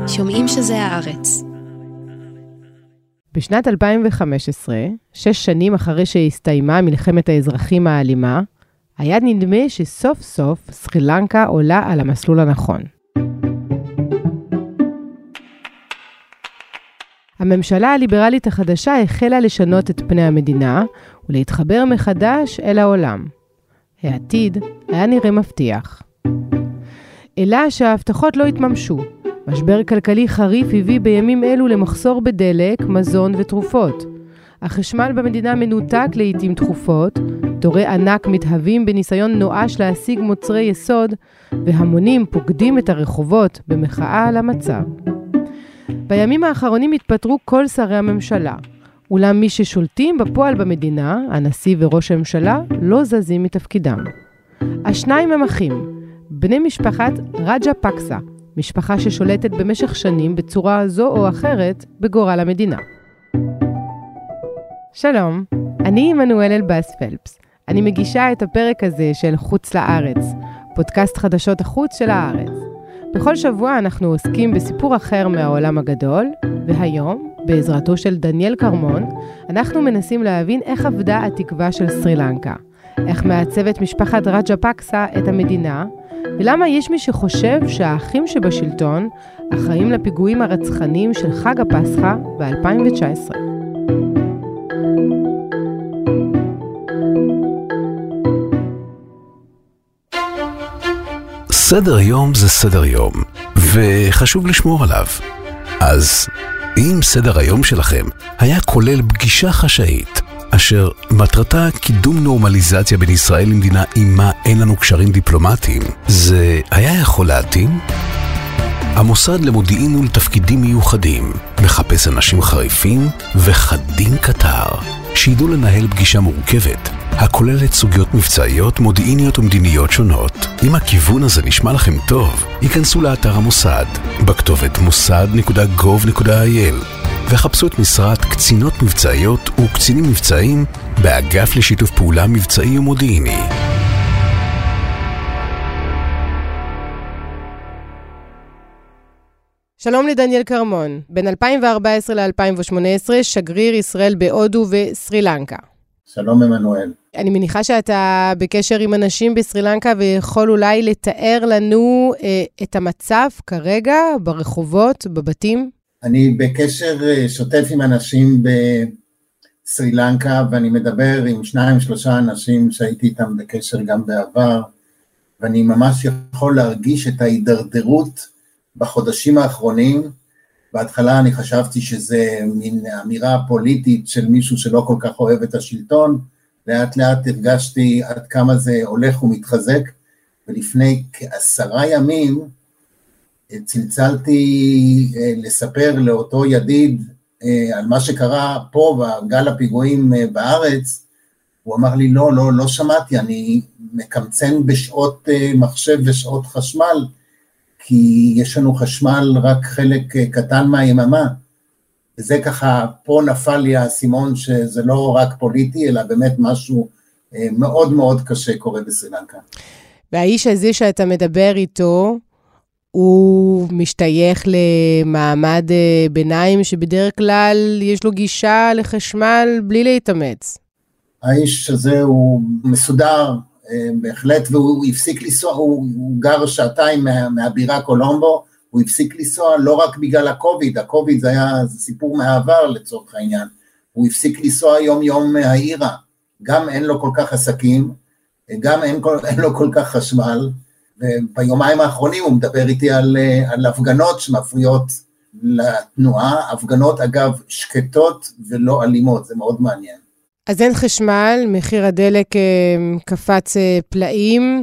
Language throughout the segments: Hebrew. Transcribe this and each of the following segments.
שומעים שזה הארץ. בשנת 2015, 6 שנים אחרי שהסתיימה מלחמת האזרחים האלימה, היה נדמה שסוף סוף סרי לנקה עולה על המסלול הנכון. הממשלה הליברלית החדשה החלה לשנות את פני המדינה ולהתחבר מחדש אל העולם. העתיד היה נראה מבטיח. אלא שההבטחות לא התממשו. משבר כלכלי חריף הביא בימים אלו למחסור בדלק, מזון ותרופות. החשמל במדינה מנותק לעתים תכופות, תורי ענק מתהווים בניסיון נואש להשיג מוצרי יסוד, והמונים פוקדים את הרחובות במחאה על המצב. בימים האחרונים התפטרו כל שרי הממשלה, אולם מי ששולטים בפועל במדינה, הנשיא וראש הממשלה, לא זזים מתפקידם. השניים הם אחים, בני משפחת רג'פקסה, משפחה ששולטת במשך שנים בצורה זו או אחרת בגורל המדינה. שלום, אני עמנואל אלבאס פלפס. אני מגישה את הפרק הזה של חוץ לארץ, פודקאסט חדשות החוץ של הארץ. בכל שבוע אנחנו עוסקים בסיפור אחר מהעולם הגדול, והיום, בעזרתו של דניאל קרמון, אנחנו מנסים להבין איך עבדה התקווה של סרי לנקה, איך מעצבת משפחת רג'פקסה את המדינה, ולמה יש מי שחושב שהאחים שבשלטון אחראים לפיגועים הרצחניים של חג הפסחה ב-2019. סדר יום זה סדר יום, וחשוב לשמור עליו. אז אם סדר היום שלכם היה כולל פגישה חשאית, אשר מטרתה קידום נורמליזציה בין ישראל למדינה עימה אין לנו קשרים דיפלומטיים, זה היה יכול להתאים? המוסד למודיעין ולתפקידים מיוחדים מחפש אנשים חריפים וחדים קטר, שידעו לנהל פגישה מורכבת, הכוללת סוגיות מבצעיות, מודיעיניות ומדיניות שונות. אם הכיוון הזה נשמע לכם טוב, ייכנסו לאתר המוסד, בכתובת mossad.gov.il, וחפשו את משרת קצינות מבצעיות וקצינים מבצעיים באגף לשיתוף פעולה מבצעי ומודיעיני. שלום לדניאל קרמון, בין 2014 ל-2018, שגריר ישראל בהודו וסרי לנקה. שלום עמנואל. אני מניחה שאתה בקשר עם אנשים בסרי לנקה ויכול אולי לתאר לנו את המצב כרגע ברחובות, בבתים? אני בקשר שוטף עם אנשים בסרי לנקה, ואני מדבר עם 2-3 אנשים שהייתי איתם בקשר גם בעבר, ואני ממש יכול להרגיש את ההידרדרות בחודשים האחרונים. בהתחלה אני חשבתי שזה מין אמירה פוליטית של מישהו שלא כל כך אוהב את השלטון, לאט לאט הרגשתי עד כמה זה הולך ומתחזק, ולפני כ10 ימים צלצלתי לספר לאותו ידיד על מה שקרה פה בגל הפיגועים בארץ. הוא אמר לי לא שמעתי, אני מקמצן בשעות מחשב ושעות חשמל, כי יש לנו חשמל רק חלק קטן מהיממה, וזה ככה, פה נפל לי הסימון שזה לא רק פוליטי, אלא באמת משהו מאוד מאוד קשה קורה בסרי לנקה. והאיש הזה שאתה מדבר איתו, הוא משתייך למעמד ביניים שבדרך כלל יש לו גישה לחשמל בלי להתאמץ. האיש הזה הוא מסודר בהחלט, והוא הפסיק לנסוע, הוא גר 2 מהבירה קולומבו, הוא הפסיק לנסוע לא רק בגלל הקוביד זה היה סיפור מהעבר לצורך העניין, הוא הפסיק לנסוע יום מהעירה, גם אין לו כל כך עסקים, גם אין לו כל כך חשמל, וביומיים האחרונים הוא מדבר איתי על הפגנות שמפריעות לתנועה, הפגנות אגב שקטות ולא אלימות, זה מאוד מעניין. אז אין חשמל, מחיר הדלק קפץ פלאים,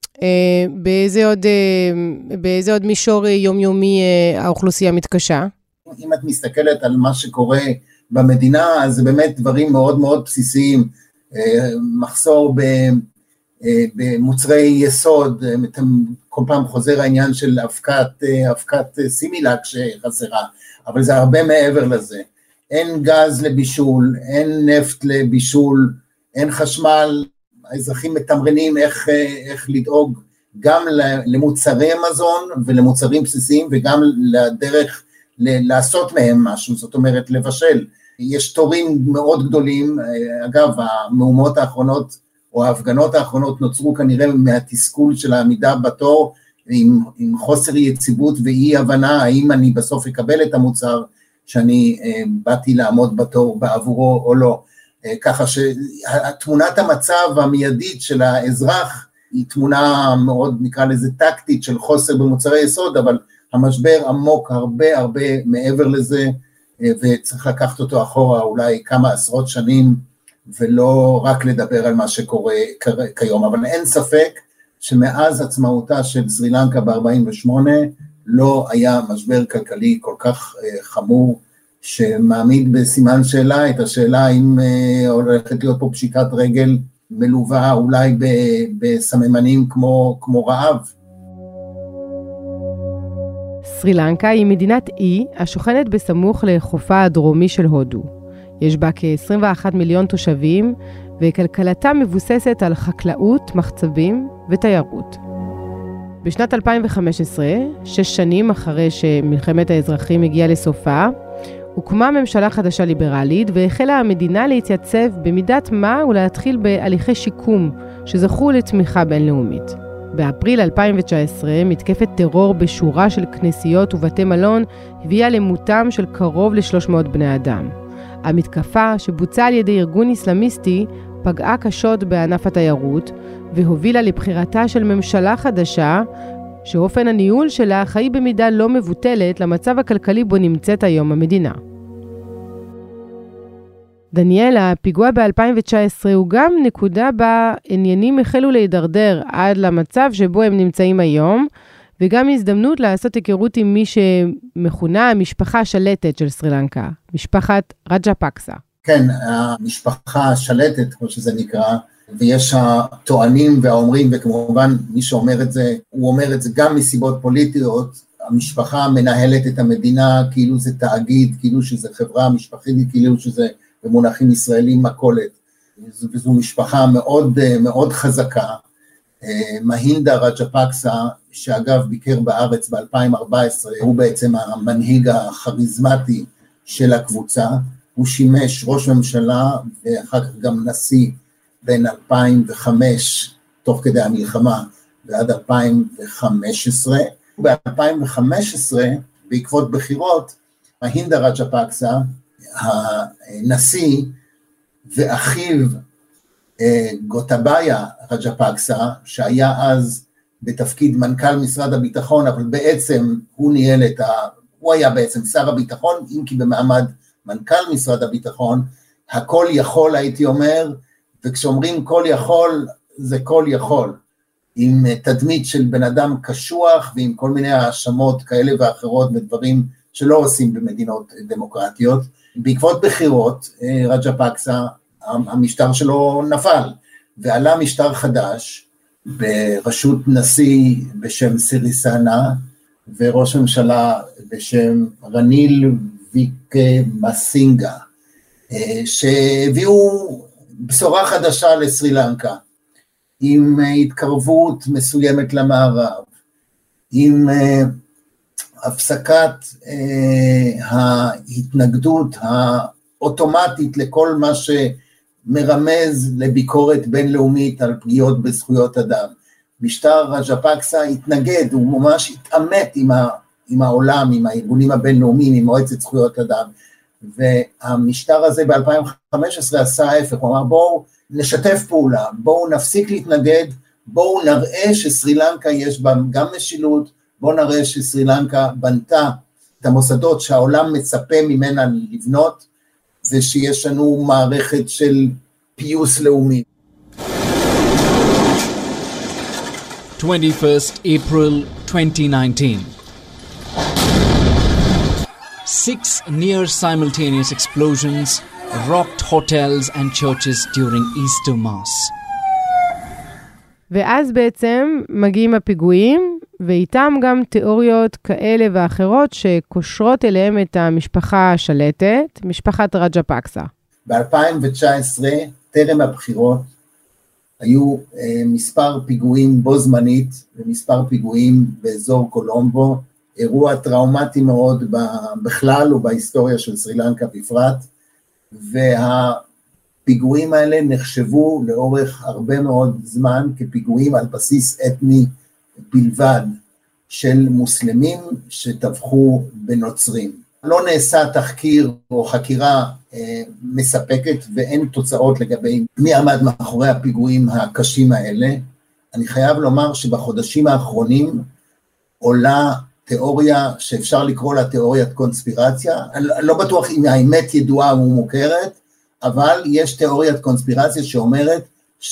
באיזה עוד מישור יומיומי האוכלוסייה מתקשה? אם את מסתכלת על מה שקורה במדינה, אז זה באמת דברים מאוד מאוד בסיסיים, מחסור במוצרי יסוד, כל פעם חוזר העניין של אבקת סימילק שחסרה, אבל זה הרבה מעבר לזה. אין גז לבישול, אין נפט לבישול, אין חשמל, האזרחים מתמרנים איך לדאוג גם למוצרי מזון ולמוצרים בסיסיים, וגם לדרך לעשות מהם משהו, זאת אומרת לבשל. יש תורים מאוד גדולים, אגב, המהומות האחרונות, או ההפגנות האחרונות נוצרו כנראה מהתסכול של העמידה בתור, עם חוסר יציבות ואי הבנה, האם אני בסוף אקבל את המוצר שאני באתי לעמוד בתור בעבורו או לא. ככה שתמונת המצב המיידית של האזרח, היא תמונה מאוד נקרא לזה טקטית של חוסר במוצרי יסוד, אבל המשבר עמוק הרבה הרבה מעבר לזה, וצריך לקחת אותו אחורה אולי כמה עשרות שנים, ולא רק לדבר על מה שקורה כיום, אבל אין ספק שמאז עצמאותה של סרי לנקה ב-48, לא היה משבר כלכלי כל כך חמור, שמעמיד בסימן שאלה את השאלה אם הולכת להיות פה פשיטת רגל, מלווה אולי בסממנים כמו רעב. סרי לנקה היא מדינת אי השוכנת בסמוך לחופה הדרומי של הודו. יש בה כ-21 מיליון תושבים, וכלכלתה מבוססת על חקלאות, מחצבים ותיירות. בשנת 2015, 6 שנים אחרי שמלחמת האזרחים הגיעה לסופה, הוקמה ממשלה חדשה ליברלית, והחלה המדינה להתייצב במידת מה ולהתחיל בהליכי שיקום שזכו לתמיכה בינלאומית. באפריל 2019, מתקפת טרור בשורה של כנסיות ובתי מלון הביאה למותם של קרוב ל-300 בני אדם. המתקפה שבוצעה על ידי ארגון איסלאמיסטי פגעה קשות בענף התיירות והובילה לבחירתה של ממשלה חדשה שאופן הניהול שלה חי במידה לא מבוטלת למצב הכלכלי בו נמצאת היום המדינה. דניאל, הפיגוע ב-2019 הוא גם נקודה בה עניינים החלו להידרדר עד למצב שבו הם נמצאים היום, וגם הזדמנות לעשות היכרות עם מי שמכונה המשפחה השלטת של סרי לנקה, משפחת רג'פקסה. כן, המשפחה השלטת, כמו שזה נקרא, ויש הטוענים והאומרים, וכמובן מי שאומר את זה, הוא אומר את זה גם מסיבות פוליטיות, המשפחה מנהלת את המדינה כאילו זה תאגיד, כאילו שזה חברה משפחית, כאילו שזה במונחים ישראלים מכולת, וזו משפחה מאוד מאוד חזקה. מהינדה רג'פקסה, שאגב ביקר בארץ ב-2014, הוא בעצם המנהיג החריזמטי של הקבוצה, הוא שימש ראש ממשלה ואחר כך גם נשיא בין 2005, תוך כדי המלחמה, ועד 2015. ב-2015, בעקבות בחירות, מהינדה רג'פקסה, הנשיא ואחיו גוטבאיה רג'פקסה, שהיה אז בתפקיד מנכ"ל משרד הביטחון, אבל בעצם הוא היה בעצם שר הביטחון, אם כי במעמד מנכ"ל משרד הביטחון, הכל יכול הייתי אומר, וכשאומרים כל יכול, זה כל יכול, עם תדמית של בן אדם קשוח, ועם כל מיני האשמות כאלה ואחרות, בדברים שלא עושים במדינות דמוקרטיות. בעקבות בחירות, רג'פקסה, המשטר שלו נפל, ועלה משטר חדש, בראשות נשיא בשם סיריסנה, וראש ממשלה בשם רניל ויקרמסינגה, שהביאו בשורה חדשה לסרי לנקה, עם התקרבות מסוימת למערב, עם הפסקת ההתנגדות האוטומטית לכל מה שמרמז לביקורת בינלאומית על פגיעות בזכויות אדם. משטר רג'פקסה התנגד, הוא ממש התעמת עם העולם, עם הארגונים הבינלאומיים, עם מועצת זכויות אדם, והמשטר הזה ב-2015 עשה ההפך, הוא אמר בואו נשתף פעולה, בואו נפסיק להתנגד, בואו נראה שסרי לנקה יש בה גם משילות, בואו נראה שסרי לנקה בנתה את המוסדות שהעולם מצפה ממנה לבנות, ושיש לנו מערכת של פיוס לאומי. 21st April 2019. 6 near simultaneous explosions rocked hotels and churches during Easter Mass. ואז בעצם מגיעים הפיגועים, ואיתם גם תיאוריות כאלה ואחרות שקושרות אליהם את המשפחה השלטת, משפחת רג'פקסה. ב-2019, טרם הבחירות, היו מספר פיגועים בו זמנית, ומספר פיגועים באזור קולומבו, אירוע טראומטי מאוד בכלל ובהיסטוריה של סרי לנקה בפרט, והפיגועים האלה נחשבו לאורך הרבה מאוד זמן כפיגועים על בסיס אתני בלבד, של מוסלמים שטבחו בנוצרים. לא נעשה תחקיר או חקירה מספקת ואין תוצאות לגבי מי עמד מאחורי הפיגועים הקשים האלה. אני חייב לומר שבחודשים האחרונים עולה תיאוריה שאפשר לקרוא לה תיאוריית קונספירציה, אני לא בטוח אם האמת ידועה ומוכרת, אבל יש תיאוריית קונספירציה שאומרת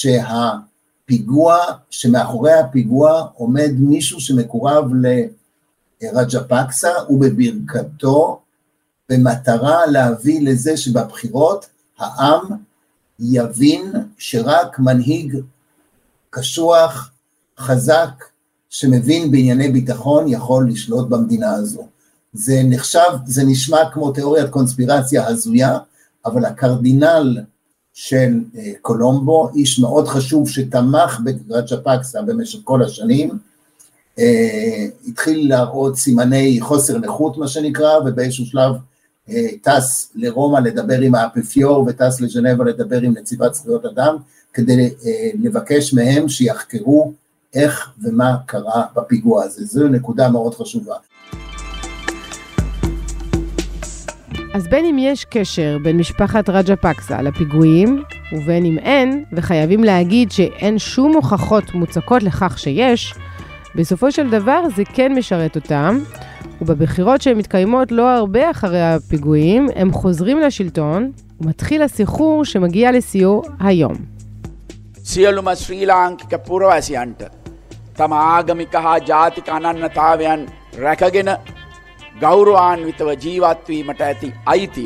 שמאחורי הפיגוע עומד מישהו שמקורב לרג'פקסה ובברכתו, במטרה להביא לזה שבבחירות העם יבין שרק מנהיג קשוח, חזק, שמבין בענייני ביטחון יכול לשלוט במדינה הזו. זה נשמע כמו תיאוריית קונספירציה הזויה, אבל הקרדינל של קולומבו, איש מאוד חשוב שתמך ברג'פקסה במשך כל השנים, התחיל להראות סימני חוסר נכות מה שנקרא, ובאיזשהו שלב טס לרומא לדבר עם האפיפיור, וטס לג'נבה לדבר עם נציבת זכויות אדם, כדי לבקש מהם שיחקרו איך ומה קרה בפיגוע הזה. זו נקודה מאוד חשובה. אז בין אם יש קשר בין משפחת רג'פקסה לפיגועים, ובין אם אין, וחייבים להגיד שאין שום הוכחות מוצקות לכך שיש, בסופו של דבר זה כן משרת אותם, ובבחירות שהן מתקיימות לא הרבה אחרי הפיגועים, הם חוזרים לשלטון, ומתחיל הסחרור שמגיע לסיום היום. සියලුම ශ්‍රී ලාංකික පුරවැසියන්ට තම ආගමික හා ජාතික අනන්‍යතාවයන් රැකගෙන ගෞරවාන්විතව ජීවත් වීමට ඇති අයිතිය.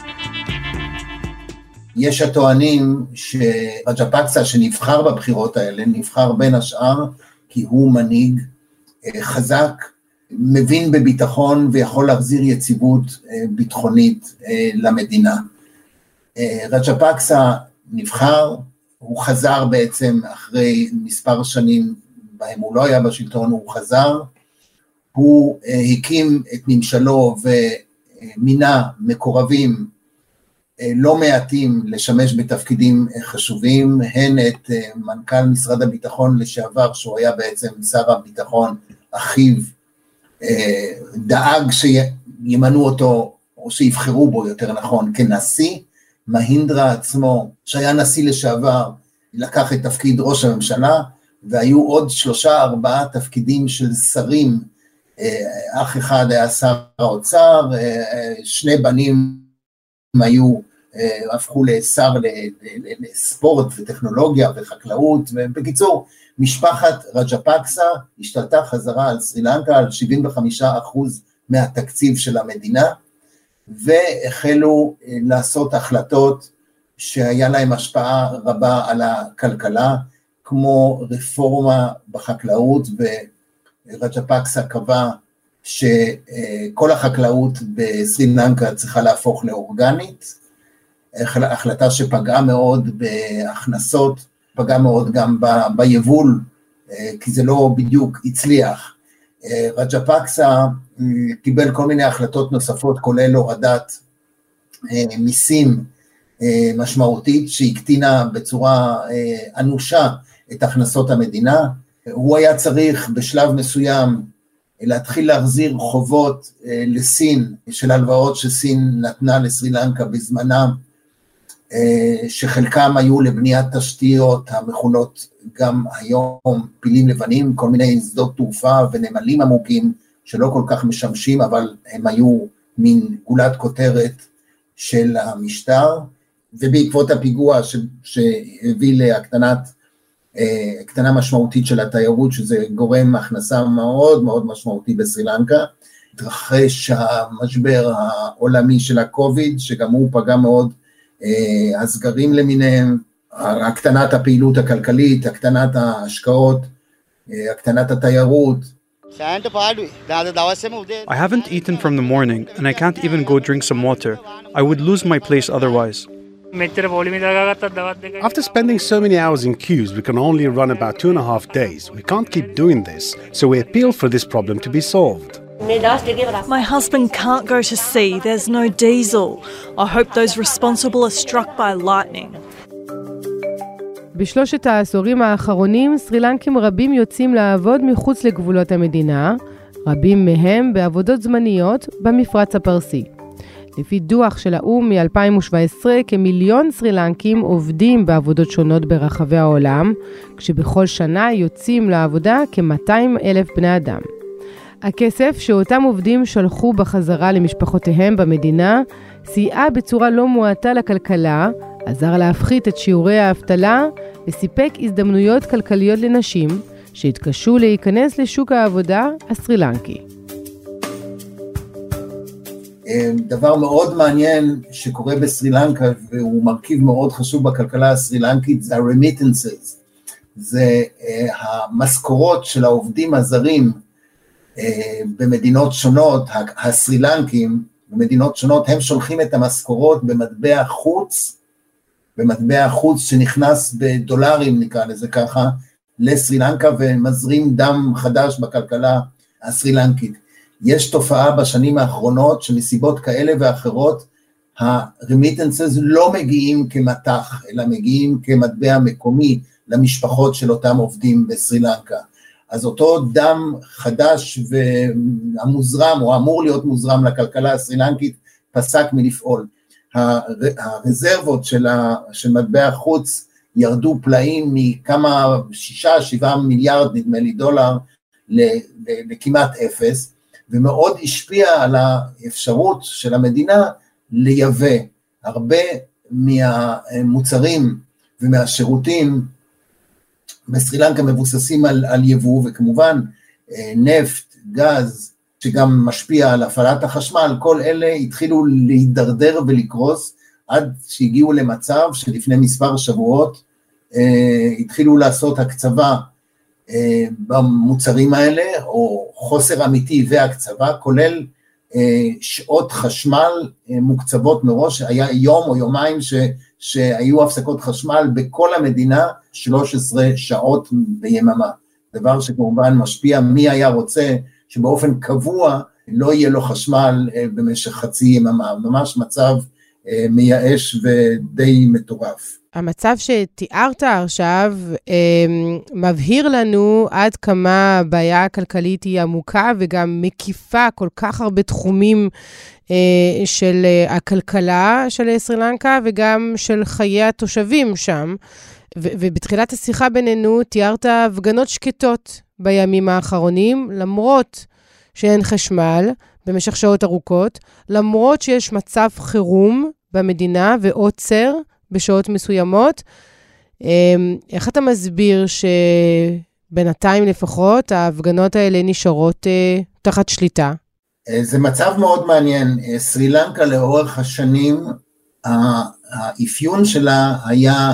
יש הטוענים שרג'פקסה שנבחר בבחירות האלה, נבחר בין השאר כי הוא מנהיג חזק, מבין בביטחון ויכול להחזיר יציבות ביטחונית למדינה. רג'פקסה נבחר, הוא חזר בעצם אחרי מספר שנים בהם הוא לא היה בשלטון, הוא חזר, הוא הקים את ממשלו ומינה מקורבים לא מעטים לשמש בתפקידים חשובים, הן את מנכ"ל משרד הביטחון לשעבר, שהוא היה בעצם שר הביטחון, אחיו, דאג שימנו אותו, או שיבחרו בו יותר נכון, כנשיא, מהינדרה עצמו, שהיה נשיא לשעבר, לקח את תפקיד ראש הממשלה, והיו עוד 3-4 תפקידים של שרים, אח אחד היה שר האוצר, 2 בנים הפכו לשר לספורט וטכנולוגיה וחקלאות, ובקיצור, משפחת רג'פקסה השתלטה חזרה על סרי לנקה, על 75% מהתקציב של המדינה, והחלו לעשות החלטות שהיה להם השפעה רבה על הכלכלה, כמו רפורמה בחקלאות, ורג'פקסה קבע שכל החקלאות בסרי לנקה צריכה להפוך לאורגנית, החלטה שפגעה מאוד בהכנסות, פגעה מאוד גם ביבול, כי זה לא בדיוק הצליח. רג'פקסה קיבל כל מיני החלטות נוספות, כולל הורדת מיסים משמעותית, שהקטינה בצורה אנושה את הכנסות המדינה. הוא היה צריך בשלב מסוים להתחיל להחזיר חובות לסין, של הלוואות שסין נתנה לסרי לנקה בזמנם, שחלקם היו לבניית תשתיות המכונות גם היום פילים לבנים, כל מיני שדות תעופה ונמלים עמוקים שלא כל כך משמשים, אבל הם היו מין גולת כותרת של המשטר, ובעקבות הפיגוע שהביא להקטנה משמעותית של התיירות, שזה גורם הכנסה מאוד מאוד משמעותי בסרי לנקה, התרחש המשבר העולמי של הקוביד, שגם הוא פגע מאוד, הסגרים למיניהם, הקטנת הפעילות הכלכלית, הקטנת ההשקעות, הקטנת התיירות. I haven't eaten from the morning and I can't even go drink some water. I would lose my place otherwise. After spending so many hours in queues, we can only run about 2.5 days. We can't keep doing this, so we appeal for this problem to be solved. My husband can't go to sea. There's no diesel. I hope those responsible are struck by lightning. בשלושת העשורים האחרונים, סרילנקים רבים יוצאים לעבוד מחוץ לגבולות המדינה, רבים מהם בעבודות זמניות במפרץ הפרסי. לפי דוח של האו"ם מ-2017, כמיליון סרילנקים עובדים בעבודות שונות ברחבי העולם, כשבכל שנה יוצאים לעבודה כ-200,000 בני אדם. הכסף שאותם עובדים שלחו בחזרה למשפחותיהם במדינה, סייעה בצורה לא מועטה לכלכלה, עזר להפחית את שיעורי האבטלה וסיפק הזדמנויות כלכליות לנשים שהתקשו להיכנס לשוק העבודה הסרילנקי. דבר מאוד מעניין שקורה בסרילנקה, והוא מרכיב מאוד חשוב בכלכלה הסרילנקית, זה ה-remittances, זה המשכורות של העובדים הזרים במדינות שונות, הסרילנקים במדינות שונות, הם שולחים את המשכורות במטבע חוץ שנכנס בדולרים, נקרא לזה ככה, לסרילנקה, ומזרים דם חדש בכלכלה הסרילנקית. יש תופעה בשנים האחרונות שמסיבות כאלה ואחרות, ה-remittances לא מגיעים כמתח, אלא מגיעים כמטבע מקומי למשפחות של אותם עובדים בסרילנקה. אז אותו דם חדש והמוזרם, או אמור להיות מוזרם לכלכלה הסרילנקית, פסק מלפעול. הרזרבות של מטבע חוץ ירדו פלאים מכמה 6-7 מיליארד נדמה לי דולר לכמעט אפס, ומאוד השפיע על האפשרות של המדינה לייבא הרבה מהמוצרים ומהשירותים בסרילנקה מבוססים על יבוא, וכמובן נפט, גז, שגם משפיע על הפעלת החשמל, כל אלה התחילו להידרדר ולקרוס, עד שהגיעו למצב שלפני מספר שבועות, התחילו לעשות הקצבה במוצרים האלה, או חוסר אמיתי והקצבה, כולל שעות חשמל מוקצבות מראש, היה יום או יומיים שהיו הפסקות חשמל בכל המדינה, 13 שעות ביממה, דבר שכמובן משפיע מי היה רוצה שבאופן קבוע לא יהיה לו חשמל במשך חצי יממה, ממש מצב מייאש ודי מטורף. המצב שתיארת עכשיו מבהיר לנו עד כמה הבעיה הכלכלית היא עמוקה וגם מקיפה כל כך הרבה תחומים של הכלכלה של סרילנקה וגם של חיי התושבים שם. ובתחילת השיחה בינינו תיארת הפגנות שקטות בימים האחרונים, למרות שאין חשמל במשך שעות ארוכות, למרות שיש מצב חירום במדינה ועוצר בשעות מסוימות. איך אתה מסביר שבינתיים לפחות ההפגנות האלה נשארות תחת שליטה? זה מצב מאוד מעניין. סרילנקה לאורך השנים, האפיון שלה היה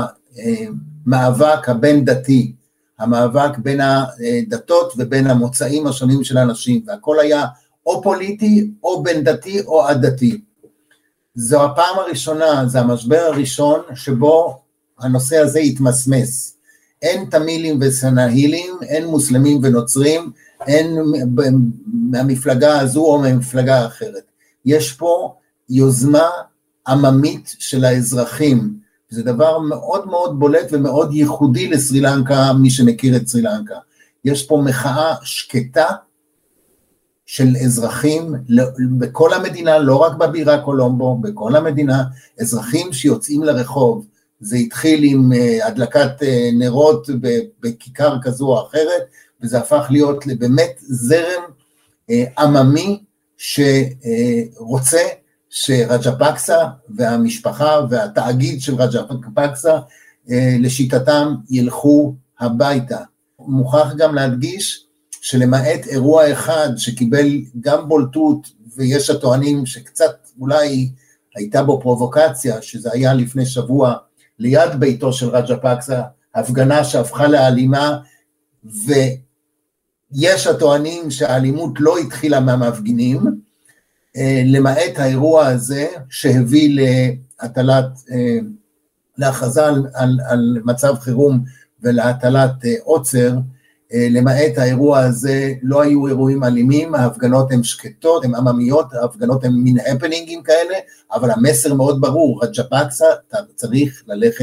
המאבק הבין דתי, המאבק בין הדתות ובין המוצאים השונים של האנשים, והכל היה או פוליטי או בין דתי או עדתי. זו הפעם הראשונה, זה המשבר הראשון שבו הנושא הזה התמסמס. אין תמילים וסנהילים, אין מוסלמים ונוצרים, אין מהמפלגה הזו או מהמפלגה האחרת. יש פה יוזמה עממית של האזרחים, זה דבר מאוד מאוד בולט ומאוד ייחודי לסרילנקה, מי שמכיר את סרילנקה. יש פה מחאה שקטה של אזרחים בכל המדינה, לא רק בבירה קולומבו, בכל המדינה, אזרחים שיוצאים לרחוב. זה התחיל עם הדלקת נרות בכיכר כזו או אחרת, וזה הפך להיות באמת זרם עממי שרוצה שרג'פקסה והמשפחה והתאגיד של רג'פקסה לשיטתם ילכו הביתה. מוכרח גם להדגיש שלמעט אירוע אחד שקיבל גם בולטות, ויש הטוענים שקצת אולי הייתה בו פרובוקציה, שזה היה לפני שבוע ליד ביתו של רג'פקסה, הפגנה שהפכה לאלימה, ויש הטוענים שהאלימות לא התחילה מהמפגינים, למעט האירוע הזה שהביא להכרזה על מצב חירום ולהטלת עוצר, למעט האירוע הזה לא היו אירועים אלימים, ההפגנות הן שקטות, הן עממיות, ההפגנות הן מין הפנינגים כאלה, אבל המסר מאוד ברור, רג'פקסה צריך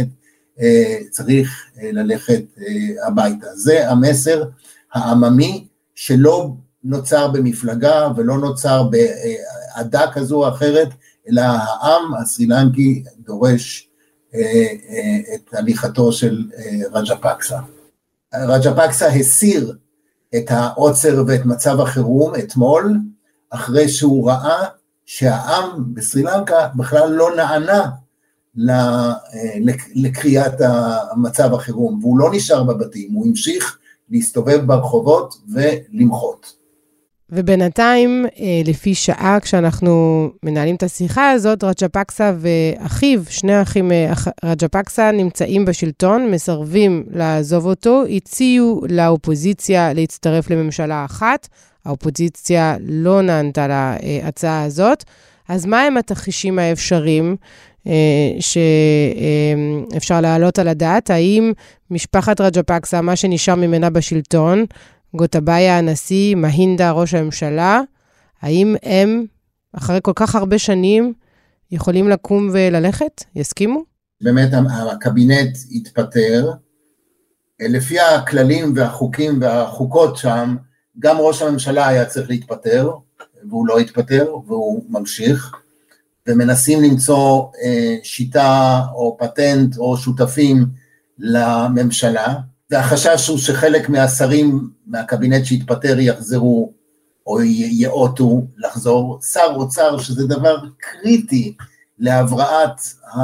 ללכת הביתה. זה המסר העממי שלא נוצר במפלגה ולא נוצר בעדה כזו או אחרת, אלא העם הסרילנקי דורש את הליכתו של רג'פקסה. רג'פקסה הסיר את העוצר ואת מצב החירום אתמול, אחרי שהוא ראה שהעם בסרילנקה בכלל לא נענה לקריאת המצב החירום, והוא לא נשאר בבתים, הוא המשיך להסתובב ברחובות ולמחות. ובינתיים, לפי שעה, כשאנחנו מנהלים את השיחה הזאת, רג'פקסה ואחיו, שני אחים רג'פקסה, נמצאים בשלטון, מסרבים לעזוב אותו, הציעו לאופוזיציה להצטרף לממשלה אחת, האופוזיציה לא נענתה להצעה הזאת, אז מה הם התרחישים האפשריים שאפשר להעלות על הדעת? האם משפחת רג'פקסה, מה שנשאר ממנה בשלטון, גוטבאיה הנשיא, מהינדה ראש הממשלה, האם הם, אחרי כל כך הרבה שנים, יכולים לקום וללכת? יסכימו? באמת הקבינט התפטר, לפי הכללים והחוקים והחוקות שם, גם ראש הממשלה היה צריך להתפטר, והוא לא התפטר, והוא ממשיך, ומנסים למצוא שיטה או פטנט או שותפים לממשלה, והחשש הוא שחלק מהשרים מהקבינט שהתפטר יחזרו או יאותו לחזור. שר אוצר, שזה דבר קריטי להבראת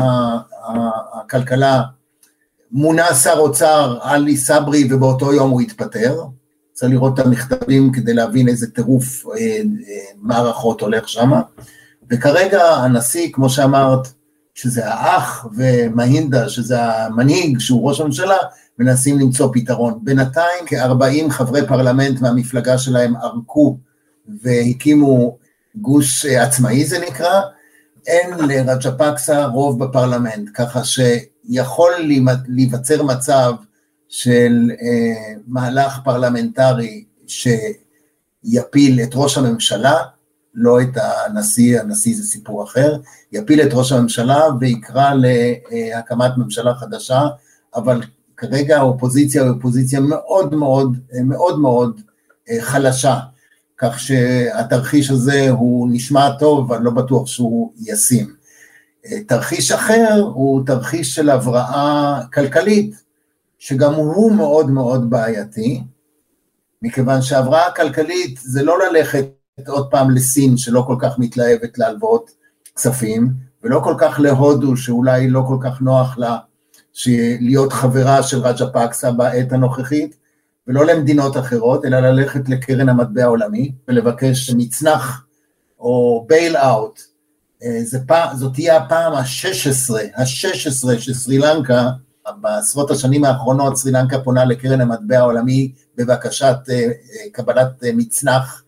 הכלכלה, מונה שר אוצר עלי סברי ובאותו יום הוא התפטר, צריך לראות את המכתבים כדי להבין איזה טירוף מערכות הולך שם, וכרגע הנשיא, כמו שאמרת, שזה האח, ומהינדה, שזה המנהיג, שהוא ראש הממשלה, מנסים למצוא פתרון. בינתיים כ-40 חברי פרלמנט מהמפלגה שלהם ערקו והקימו גוש עצמאי זה נקרא, אין לרג'פקסה רוב בפרלמנט, ככה שיכול להיווצר מצב של מהלך פרלמנטרי שיפיל את ראש הממשלה, לא את הנשיא זה סיפור אחר, יפיל את ראש הממשלה ויקרא להקמת ממשלה חדשה, אבל כרגע האופוזיציה היא אופוזיציה מאוד מאוד מאוד מאוד חלשה, כך שהתרחיש הזה הוא נשמע טוב, אבל לא בטוח שהוא ישים. תרחיש אחר הוא תרחיש של הבראה כלכלית, שגם הוא מאוד מאוד בעייתי, מכיוון שהבראה כלכלית זה לא ללכת עוד פעם לסין שלא כל כך מתלהבת להלוות כספים, ולא כל כך להודו שאולי לא כל כך נוח לה להיות חברה של רג'פקסה בעת הנוכחית, ולא למדינות אחרות, אלא ללכת לקרן המטבע העולמי, ולבקש מצנח או בייל אאוט. זאת תהיה הפעם ה-16 שסרילנקה, בעשרות השנים האחרונות סרילנקה פונה לקרן המטבע העולמי, בבקשת קבלת מצנח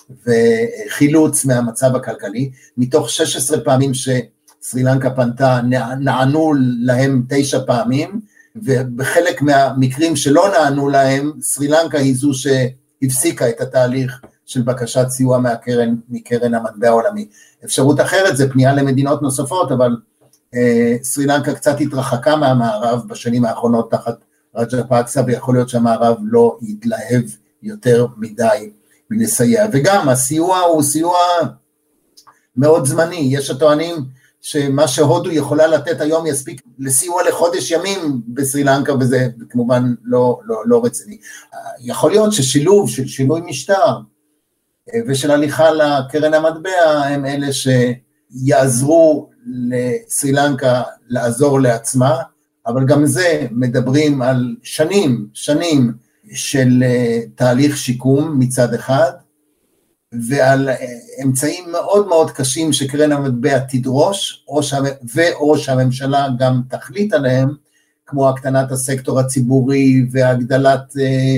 וחילוץ מהמצב הכלכלי, מתוך 16 פעמים שסרילנקה פנתה, נענו להם 9 פעמים, ובחלק מהמקרים שלא נענו להם, סרילנקה היא זו שהפסיקה את התהליך של בקשת סיוע מקרן המטבע העולמי. אפשרות אחרת זה פנייה למדינות נוספות, אבל סרילנקה קצת התרחקה מהמערב בשנים האחרונות תחת רג'פקסה, ויכול להיות שהמערב לא יתלהב יותר מדי מלסייע. וגם הסיוע הוא סיוע מאוד זמני, יש הטוענים שמה שהודו יכולה לתת היום יספיק לסיוע לחודש ימים בסרילנקה, וזה כמובן לא רציני. יכול להיות ששילוב של שינוי משטר ושל הליכה לקרן המטבע הם אלה שיעזרו לסרילנקה לעזור לעצמה, אבל גם זה מדברים על שנים של תהליך שיקום מצד אחד, ועל אמצעים מאוד מאוד קשים שקרן המטבע תדרוש, או שהממשלה גם תחליט עליהם, כמו הקטנת הסקטור הציבורי, והגדלת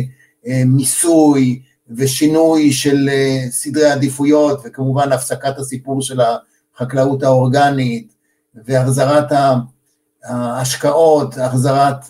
מיסוי, ושינוי של סדרי עדיפויות, וכמובן הפסקת הסיפור של החקלאות האורגנית, והחזרת ההשקעות, החזרת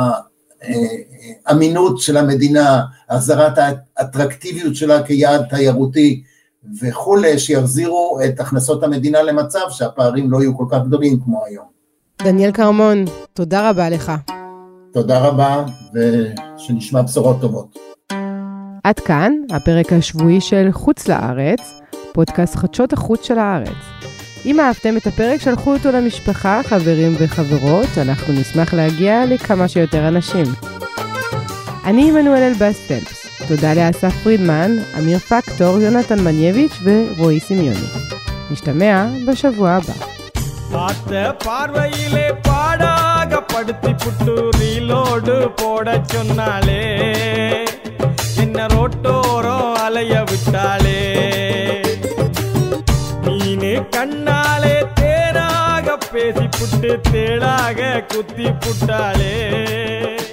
האמינות של המדינה, החזרת האטרקטיביות שלה כיעד תיירותי וכו', שיחזירו את הכנסות המדינה למצב שהפערים לא יהיו כל כך גדולים כמו היום. דניאל קרמון, תודה רבה לך. תודה רבה, ושנשמע בשורות טובות. עד כאן הפרק השבועי של חוץ לארץ, פודקאסט חדשות החוץ של הארץ. אם אהבתם את הפרק, שלחו אותו למשפחה, חברים וחברות, אנחנו נשמח להגיע לכמה שיותר אנשים. אני עמנואל אלבאס פלפס, תודה לאסף פרידמן, אמיר פקטור, יונתן מנייביץ' ורועי סמיוני. נשתמע בשבוע הבא. பார்த்த பார்வையிலே பாடாக படுத்தி புட்டு ரீலோடு போட சொன்னாலே என்ன ரோட்டோரம் அலைய விட்டாளே மீனு கண்ணாலே தேனாக பேசி புட்டு தேளாக குத்தி புட்டாளே